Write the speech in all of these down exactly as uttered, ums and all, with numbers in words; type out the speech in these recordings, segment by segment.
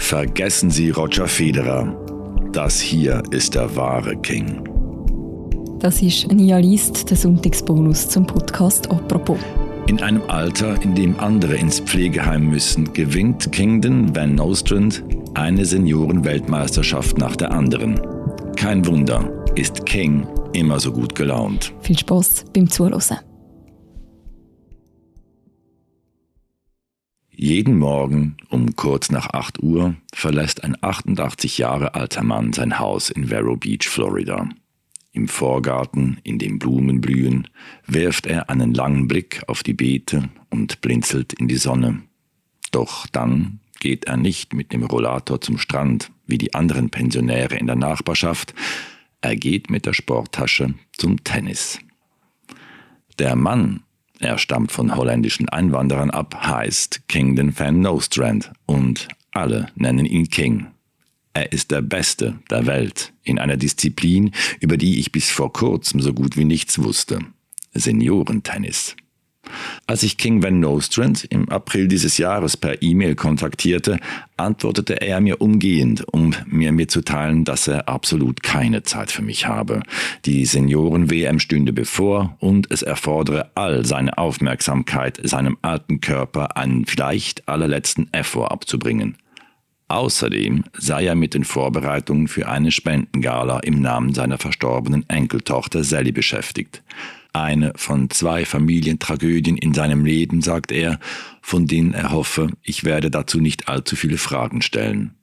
Vergessen Sie Roger Federer. Das hier ist der wahre King. Das ist Nia Liest, der Sonntagsbonus zum Podcast «Apropos». In einem Alter, in dem andere ins Pflegeheim müssen, gewinnt Kingdon Van Nostrand eine Senioren-Weltmeisterschaft nach der anderen. Kein Wunder, ist King immer so gut gelaunt. Viel Spass beim Zuhören. Jeden Morgen um kurz nach acht Uhr verlässt ein achtundachtzig Jahre alter Mann sein Haus in Vero Beach, Florida. Im Vorgarten, in dem Blumen blühen, wirft er einen langen Blick auf die Beete und blinzelt in die Sonne. Doch dann geht er nicht mit dem Rollator zum Strand, wie die anderen Pensionäre in der Nachbarschaft. Er geht mit der Sporttasche zum Tennis. Der Mann, er stammt von holländischen Einwanderern ab, heißt Kingdon Van Nostrand und alle nennen ihn King. Er ist der Beste der Welt in einer Disziplin, über die ich bis vor kurzem so gut wie nichts wusste: Seniorentennis. Als ich King Van Nostrand im April dieses Jahres per E-Mail kontaktierte, antwortete er mir umgehend, um mir mitzuteilen, dass er absolut keine Zeit für mich habe. Die Senioren-W M stünde bevor und es erfordere all seine Aufmerksamkeit, seinem alten Körper einen vielleicht allerletzten Effort abzubringen. Außerdem sei er mit den Vorbereitungen für eine Spendengala im Namen seiner verstorbenen Enkeltochter Sally beschäftigt. Eine von zwei Familientragödien in seinem Leben, sagt er, von denen er hoffe, ich werde dazu nicht allzu viele Fragen stellen.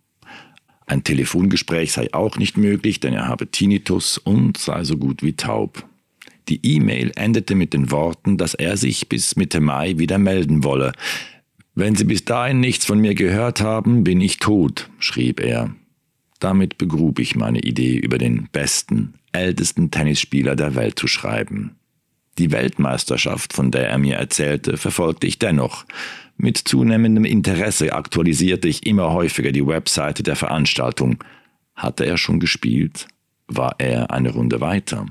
Ein Telefongespräch sei auch nicht möglich, denn er habe Tinnitus und sei so gut wie taub. Die E-Mail endete mit den Worten, dass er sich bis Mitte Mai wieder melden wolle. »Wenn Sie bis dahin nichts von mir gehört haben, bin ich tot«, schrieb er. Damit begrub ich meine Idee, über den besten, ältesten Tennisspieler der Welt zu schreiben. Die Weltmeisterschaft, von der er mir erzählte, verfolgte ich dennoch. Mit zunehmendem Interesse aktualisierte ich immer häufiger die Webseite der Veranstaltung. Hatte er schon gespielt? War er eine Runde weiter?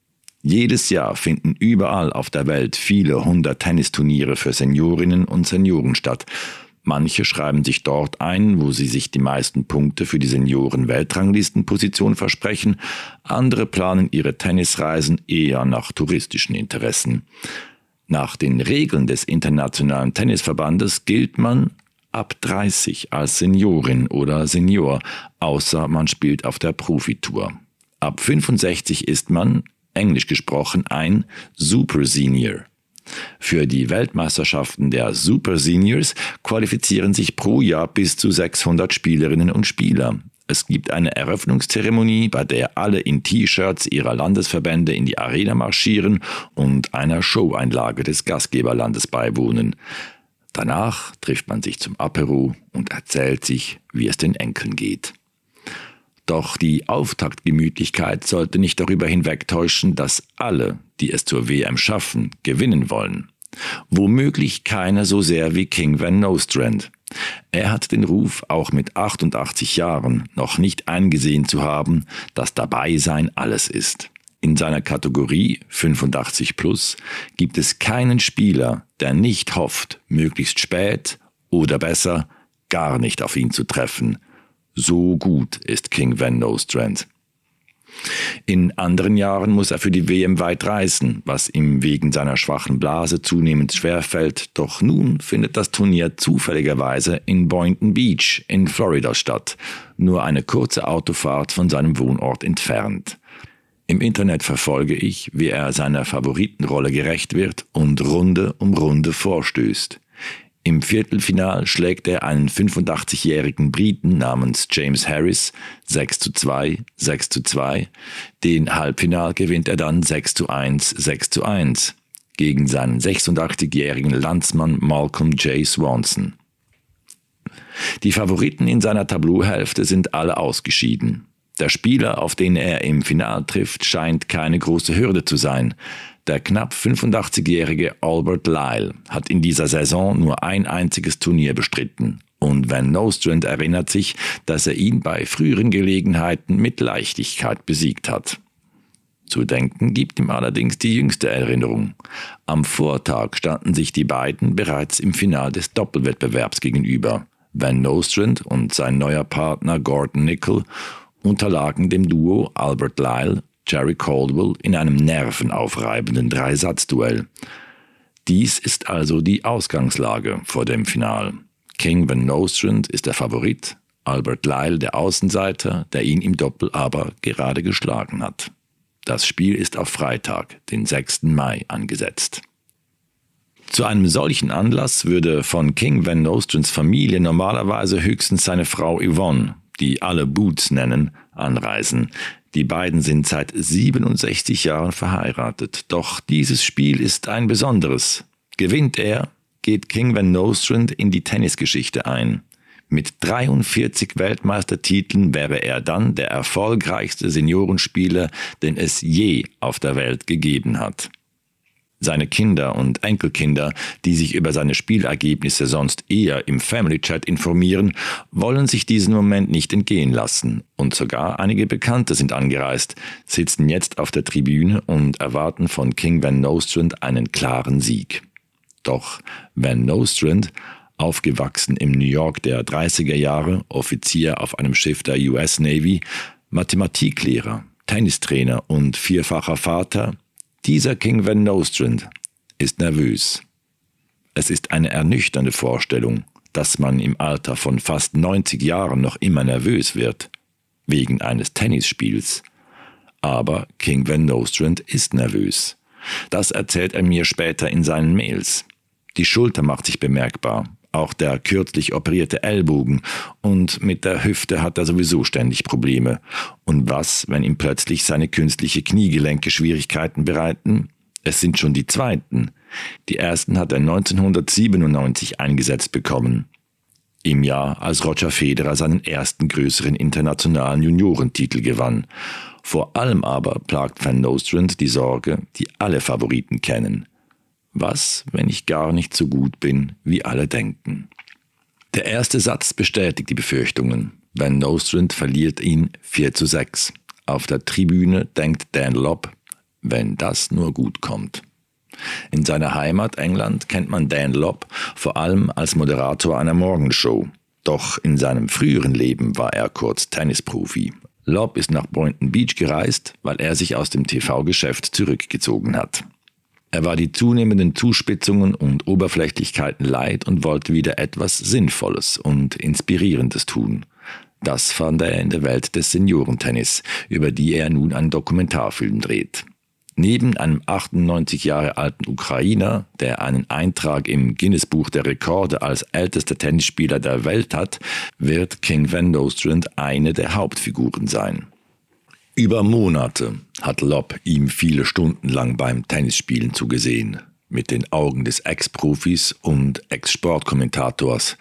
Jedes Jahr finden überall auf der Welt viele hundert Tennisturniere für Seniorinnen und Senioren statt. Manche schreiben sich dort ein, wo sie sich die meisten Punkte für die Senioren-Weltranglistenposition versprechen. Andere planen ihre Tennisreisen eher nach touristischen Interessen. Nach den Regeln des Internationalen Tennisverbandes gilt man ab dreißig als Seniorin oder Senior, außer man spielt auf der Profitour. Ab fünfundsechzig ist man, englisch gesprochen, ein Super Senior. Für die Weltmeisterschaften der Super Seniors qualifizieren sich pro Jahr bis zu sechshundert Spielerinnen und Spieler. Es gibt eine Eröffnungszeremonie, bei der alle in T-Shirts ihrer Landesverbände in die Arena marschieren und einer Showeinlage des Gastgeberlandes beiwohnen. Danach trifft man sich zum Apero und erzählt sich, wie es den Enkeln geht. Doch die Auftaktgemütlichkeit sollte nicht darüber hinwegtäuschen, dass alle, die es zur W M schaffen, gewinnen wollen. Womöglich keiner so sehr wie King Van Nostrand. Er hat den Ruf, auch mit achtundachtzig Jahren noch nicht eingesehen zu haben, dass Dabeisein alles ist. In seiner Kategorie fünfundachtzig plus gibt es keinen Spieler, der nicht hofft, möglichst spät oder besser gar nicht auf ihn zu treffen. So gut ist King Van Nostrand. In anderen Jahren muss er für die W M weit reisen, was ihm wegen seiner schwachen Blase zunehmend schwerfällt. Doch nun findet das Turnier zufälligerweise in Boynton Beach in Florida statt, nur eine kurze Autofahrt von seinem Wohnort entfernt. Im Internet verfolge ich, wie er seiner Favoritenrolle gerecht wird und Runde um Runde vorstößt. Im Viertelfinal schlägt er einen fünfundachtzigjährigen Briten namens James Harris sechs zu zwei, sechs zu zwei. Den Halbfinal gewinnt er dann sechs zu eins, sechs zu eins gegen seinen sechsundachtzigjährigen Landsmann Malcolm J. Swanson. Die Favoriten in seiner Tableauhälfte sind alle ausgeschieden. Der Spieler, auf den er im Finale trifft, scheint keine große Hürde zu sein. Der knapp fünfundachtzigjährige Albert Lyle hat in dieser Saison nur ein einziges Turnier bestritten und Van Nostrand erinnert sich, dass er ihn bei früheren Gelegenheiten mit Leichtigkeit besiegt hat. Zu denken gibt ihm allerdings die jüngste Erinnerung. Am Vortag standen sich die beiden bereits im Finale des Doppelwettbewerbs gegenüber. Van Nostrand und sein neuer Partner Gordon Nickel unterlagen dem Duo Albert Lyle, Jerry Caldwell in einem nervenaufreibenden Dreisatzduell. Dies ist also die Ausgangslage vor dem Finale. King Van Nostrand ist der Favorit, Albert Lyle der Außenseiter, der ihn im Doppel aber gerade geschlagen hat. Das Spiel ist auf Freitag, den sechsten Mai, angesetzt. Zu einem solchen Anlass würde von King Van Nostrands Familie normalerweise höchstens seine Frau Yvonne, die alle Boots nennen, anreisen. Die beiden sind seit siebenundsechzig Jahren verheiratet. Doch dieses Spiel ist ein besonderes. Gewinnt er, geht King Van Nostrand in die Tennisgeschichte ein. Mit dreiundvierzig Weltmeistertiteln wäre er dann der erfolgreichste Seniorenspieler, den es je auf der Welt gegeben hat. Seine Kinder und Enkelkinder, die sich über seine Spielergebnisse sonst eher im Family Chat informieren, wollen sich diesen Moment nicht entgehen lassen. Und sogar einige Bekannte sind angereist, sitzen jetzt auf der Tribüne und erwarten von King Van Nostrand einen klaren Sieg. Doch Van Nostrand, aufgewachsen im New York der dreißiger Jahre, Offizier auf einem Schiff der U S Navy, Mathematiklehrer, Tennistrainer und vierfacher Vater, dieser King Van Nostrand ist nervös. Es ist eine ernüchternde Vorstellung, dass man im Alter von fast neunzig Jahren noch immer nervös wird, wegen eines Tennisspiels. Aber King Van Nostrand ist nervös. Das erzählt er mir später in seinen Mails. Die Schulter macht sich bemerkbar, auch der kürzlich operierte Ellbogen, und mit der Hüfte hat er sowieso ständig Probleme. Und was, wenn ihm plötzlich seine künstliche Kniegelenke Schwierigkeiten bereiten? Es sind schon die zweiten. Die ersten hat er neunzehnhundertsiebenundneunzig eingesetzt bekommen. Im Jahr, als Roger Federer seinen ersten größeren internationalen Juniorentitel gewann. Vor allem aber plagt Van Nostrand die Sorge, die alle Favoriten kennen. Was, wenn ich gar nicht so gut bin, wie alle denken? Der erste Satz bestätigt die Befürchtungen. Van Nostrand verliert ihn vier zu sechs. Auf der Tribüne denkt Dan Lobb, wenn das nur gut kommt. In seiner Heimat England kennt man Dan Lobb vor allem als Moderator einer Morgenshow. Doch in seinem früheren Leben war er kurz Tennisprofi. Lobb ist nach Boynton Beach gereist, weil er sich aus dem T V-Geschäft zurückgezogen hat. Er war die zunehmenden Zuspitzungen und Oberflächlichkeiten leid und wollte wieder etwas Sinnvolles und Inspirierendes tun. Das fand er in der Welt des Seniorentennis, über die er nun einen Dokumentarfilm dreht. Neben einem achtundneunzig Jahre alten Ukrainer, der einen Eintrag im Guinness-Buch der Rekorde als ältester Tennisspieler der Welt hat, wird King Van Nostrand eine der Hauptfiguren sein. Über Monate hat Lobb ihm viele Stunden lang beim Tennisspielen zugesehen, mit den Augen des Ex-Profis und Ex-Sportkommentators,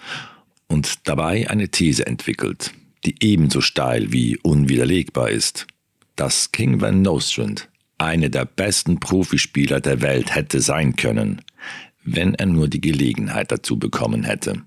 und dabei eine These entwickelt, die ebenso steil wie unwiderlegbar ist, dass King Van Nostrand einer der besten Profispieler der Welt hätte sein können, wenn er nur die Gelegenheit dazu bekommen hätte.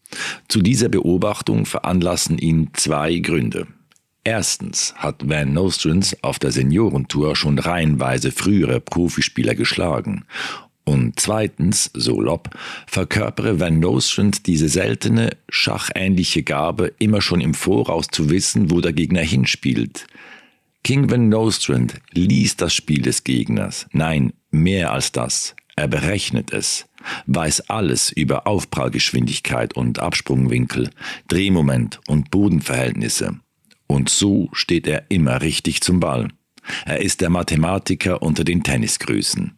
Zu dieser Beobachtung veranlassen ihn zwei Gründe. Erstens hat Van Nostrand auf der Seniorentour schon reihenweise frühere Profispieler geschlagen. Und zweitens, so Lobb, verkörpere Van Nostrand diese seltene, schachähnliche Gabe, immer schon im Voraus zu wissen, wo der Gegner hinspielt. King Van Nostrand liest das Spiel des Gegners. Nein, mehr als das. Er berechnet es, weiß alles über Aufprallgeschwindigkeit und Absprungwinkel, Drehmoment und Bodenverhältnisse. Und so steht er immer richtig zum Ball. Er ist der Mathematiker unter den Tennisgrößen.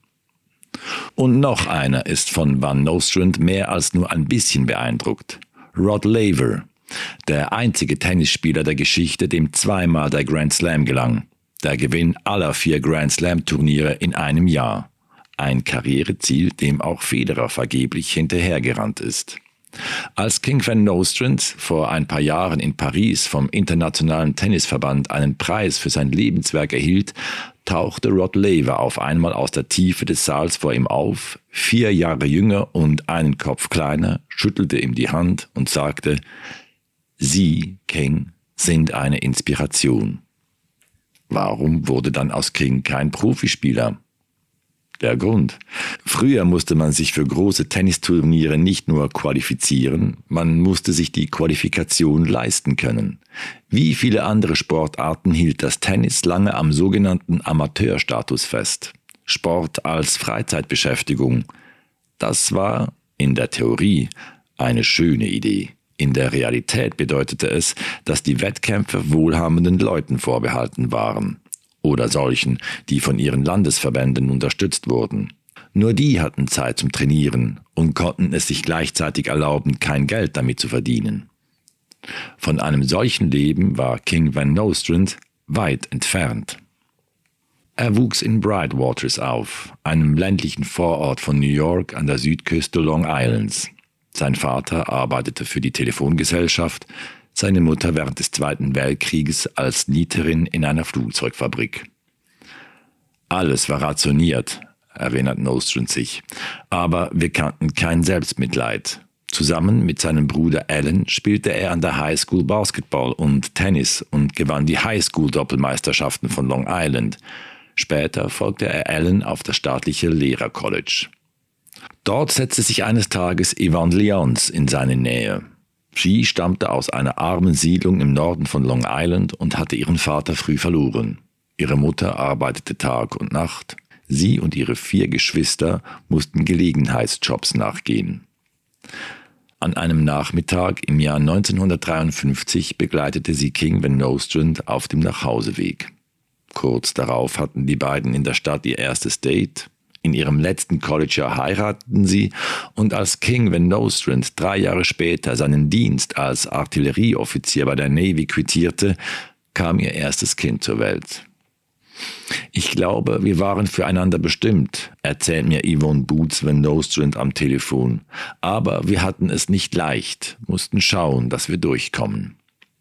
Und noch einer ist von Van Nostrand mehr als nur ein bisschen beeindruckt. Rod Laver, der einzige Tennisspieler der Geschichte, dem zweimal der Grand Slam gelang. Der Gewinn aller vier Grand Slam Turniere in einem Jahr. Ein Karriereziel, dem auch Federer vergeblich hinterhergerannt ist. Als King Van Nostrand vor ein paar Jahren in Paris vom Internationalen Tennisverband einen Preis für sein Lebenswerk erhielt, tauchte Rod Laver auf einmal aus der Tiefe des Saals vor ihm auf, vier Jahre jünger und einen Kopf kleiner, schüttelte ihm die Hand und sagte: Sie, King, sind eine Inspiration. Warum wurde dann aus King kein Profispieler? Der Grund: Früher musste man sich für große Tennisturniere nicht nur qualifizieren, man musste sich die Qualifikation leisten können. Wie viele andere Sportarten hielt das Tennis lange am sogenannten Amateurstatus fest. Sport als Freizeitbeschäftigung. Das war, in der Theorie, eine schöne Idee. In der Realität bedeutete es, dass die Wettkämpfe wohlhabenden Leuten vorbehalten waren. Oder solchen, die von ihren Landesverbänden unterstützt wurden. Nur die hatten Zeit zum Trainieren und konnten es sich gleichzeitig erlauben, kein Geld damit zu verdienen. Von einem solchen Leben war King Van Nostrand weit entfernt. Er wuchs in Brightwaters auf, einem ländlichen Vorort von New York an der Südküste Long Islands. Sein Vater arbeitete für die Telefongesellschaft, seine Mutter während des Zweiten Weltkrieges als Nieterin in einer Flugzeugfabrik. Alles war rationiert, erinnert Nostrand sich, aber wir kannten kein Selbstmitleid. Zusammen mit seinem Bruder Alan spielte er an der Highschool Basketball und Tennis und gewann die Highschool-Doppelmeisterschaften von Long Island. Später folgte er Alan auf das staatliche Lehrercollege. Dort setzte sich eines Tages Yvonne Lyons in seine Nähe. Sie stammte aus einer armen Siedlung im Norden von Long Island und hatte ihren Vater früh verloren. Ihre Mutter arbeitete Tag und Nacht. Sie und ihre vier Geschwister mussten Gelegenheitsjobs nachgehen. An einem Nachmittag im Jahr neunzehnhundertdreiundfünfzig begleitete sie King Van Nostrand auf dem Nachhauseweg. Kurz darauf hatten die beiden in der Stadt ihr erstes Date. In ihrem letzten College-Jahr heirateten sie und als King Van Nostrand drei Jahre später seinen Dienst als Artillerieoffizier bei der Navy quittierte, kam ihr erstes Kind zur Welt. Ich glaube, wir waren füreinander bestimmt, erzählt mir Yvonne Boots Van Nostrand am Telefon. Aber wir hatten es nicht leicht, mussten schauen, dass wir durchkommen.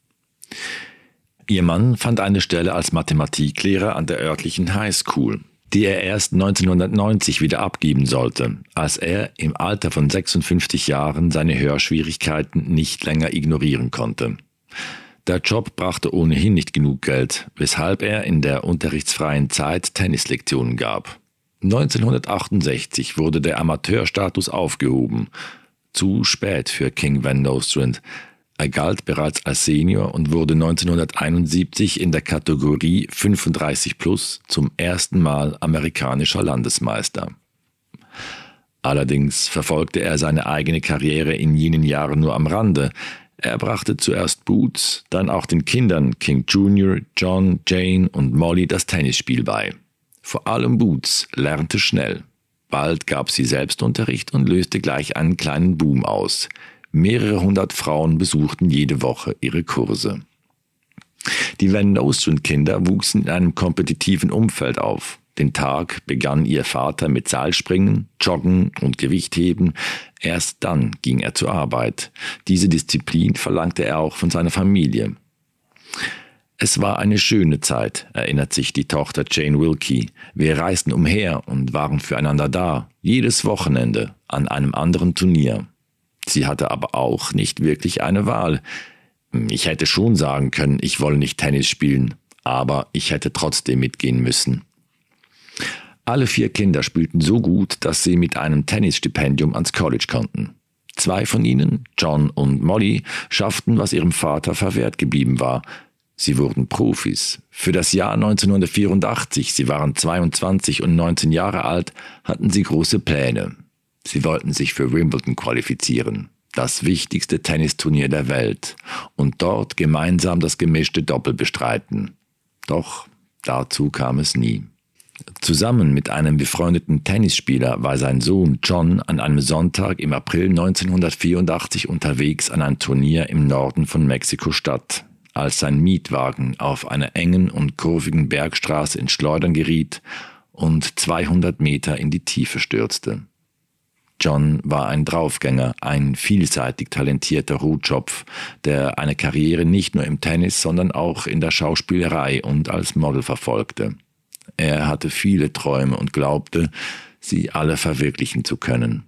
Ihr Mann fand eine Stelle als Mathematiklehrer an der örtlichen Highschool, die er erst neunzehnhundertneunzig wieder abgeben sollte, als er im Alter von sechsundfünfzig Jahren seine Hörschwierigkeiten nicht länger ignorieren konnte. Der Job brachte ohnehin nicht genug Geld, weshalb er in der unterrichtsfreien Zeit Tennislektionen gab. neunzehnhundertachtundsechzig wurde der Amateurstatus aufgehoben. Zu spät für King Van Nostrand. Er galt bereits als Senior und wurde neunzehnhunderteinundsiebzig in der Kategorie fünfunddreißig plus zum ersten Mal amerikanischer Landesmeister. Allerdings verfolgte er seine eigene Karriere in jenen Jahren nur am Rande. Er brachte zuerst Boots, dann auch den Kindern King Junior, John, Jane und Molly das Tennisspiel bei. Vor allem Boots lernte schnell. Bald gab sie Selbstunterricht und löste gleich einen kleinen Boom aus. Mehrere hundert Frauen besuchten jede Woche ihre Kurse. Die Van Nostrand-Kinder wuchsen in einem kompetitiven Umfeld auf. Den Tag begann ihr Vater mit Seilspringen, Joggen und Gewichtheben. Erst dann ging er zur Arbeit. Diese Disziplin verlangte er auch von seiner Familie. Es war eine schöne Zeit, erinnert sich die Tochter Jane Wilkie. Wir reisten umher und waren füreinander da, jedes Wochenende, an einem anderen Turnier. Sie hatte aber auch nicht wirklich eine Wahl. Ich hätte schon sagen können, ich wolle nicht Tennis spielen, aber ich hätte trotzdem mitgehen müssen. Alle vier Kinder spielten so gut, dass sie mit einem Tennisstipendium ans College konnten. Zwei von ihnen, John und Molly, schafften, was ihrem Vater verwehrt geblieben war. Sie wurden Profis. Für das Jahr neunzehnhundertvierundachtzig, sie waren zweiundzwanzig und neunzehn Jahre alt, hatten sie große Pläne. Sie wollten sich für Wimbledon qualifizieren, das wichtigste Tennisturnier der Welt, und dort gemeinsam das gemischte Doppel bestreiten. Doch dazu kam es nie. Zusammen mit einem befreundeten Tennisspieler war sein Sohn John an einem Sonntag im April neunzehnhundertvierundachtzig unterwegs an ein Turnier im Norden von Mexiko-Stadt, als sein Mietwagen auf einer engen und kurvigen Bergstraße ins Schleudern geriet und zweihundert Meter in die Tiefe stürzte. John war ein Draufgänger, ein vielseitig talentierter Rotschopf, der eine Karriere nicht nur im Tennis, sondern auch in der Schauspielerei und als Model verfolgte. Er hatte viele Träume und glaubte, sie alle verwirklichen zu können.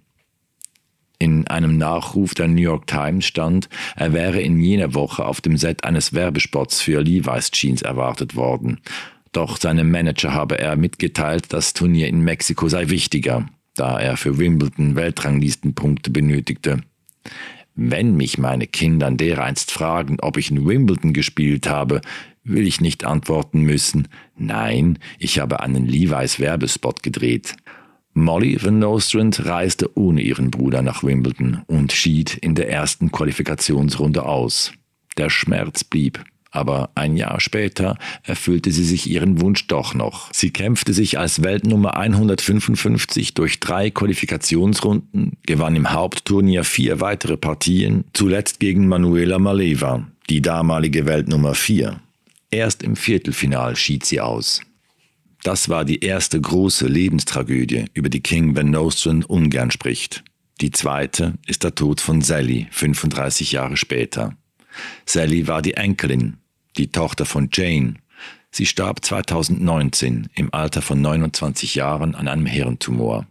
In einem Nachruf der New York Times stand, er wäre in jener Woche auf dem Set eines Werbespots für Levi's Jeans erwartet worden. Doch seinem Manager habe er mitgeteilt, das Turnier in Mexiko sei wichtiger, da er für Wimbledon Weltranglistenpunkte benötigte. Wenn mich meine Kinder dereinst fragen, ob ich in Wimbledon gespielt habe, will ich nicht antworten müssen, nein, ich habe einen Levi's Werbespot gedreht. Molly Van Nostrand reiste ohne ihren Bruder nach Wimbledon und schied in der ersten Qualifikationsrunde aus. Der Schmerz blieb, aber ein Jahr später erfüllte sie sich ihren Wunsch doch noch. Sie kämpfte sich als Weltnummer hundertfünfundfünfzig durch drei Qualifikationsrunden, gewann im Hauptturnier vier weitere Partien, zuletzt gegen Manuela Maleva, die damalige Weltnummer vier. Erst im Viertelfinal schied sie aus. Das war die erste große Lebenstragödie, über die King Van Nostrand ungern spricht. Die zweite ist der Tod von Sally, fünfunddreißig Jahre später. Sally war die Enkelin, die Tochter von Jane. Sie starb zweitausendneunzehn im Alter von neunundzwanzig Jahren an einem Hirntumor.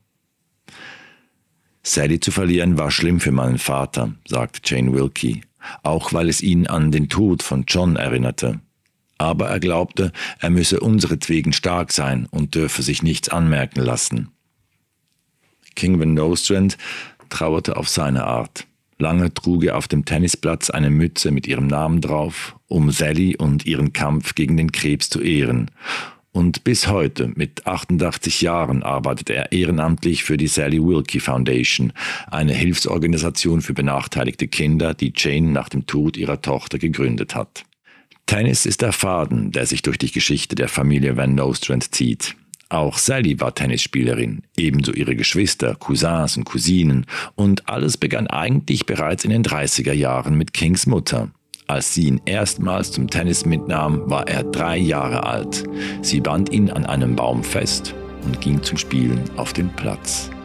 Sally zu verlieren war schlimm für meinen Vater, sagt Jane Wilkie, auch weil es ihn an den Tod von John erinnerte. Aber er glaubte, er müsse unseretwegen stark sein und dürfe sich nichts anmerken lassen. King Van Nostrand trauerte auf seine Art. Lange trug er auf dem Tennisplatz eine Mütze mit ihrem Namen drauf, um Sally und ihren Kampf gegen den Krebs zu ehren. Und bis heute, mit achtundachtzig Jahren, arbeitet er ehrenamtlich für die Sally Wilkie Foundation, eine Hilfsorganisation für benachteiligte Kinder, die Jane nach dem Tod ihrer Tochter gegründet hat. Tennis ist der Faden, der sich durch die Geschichte der Familie Van Nostrand zieht. Auch Sally war Tennisspielerin, ebenso ihre Geschwister, Cousins und Cousinen. Und alles begann eigentlich bereits in den dreißiger Jahren mit Kings Mutter. Als sie ihn erstmals zum Tennis mitnahm, war er drei Jahre alt. Sie band ihn an einem Baum fest und ging zum Spielen auf den Platz.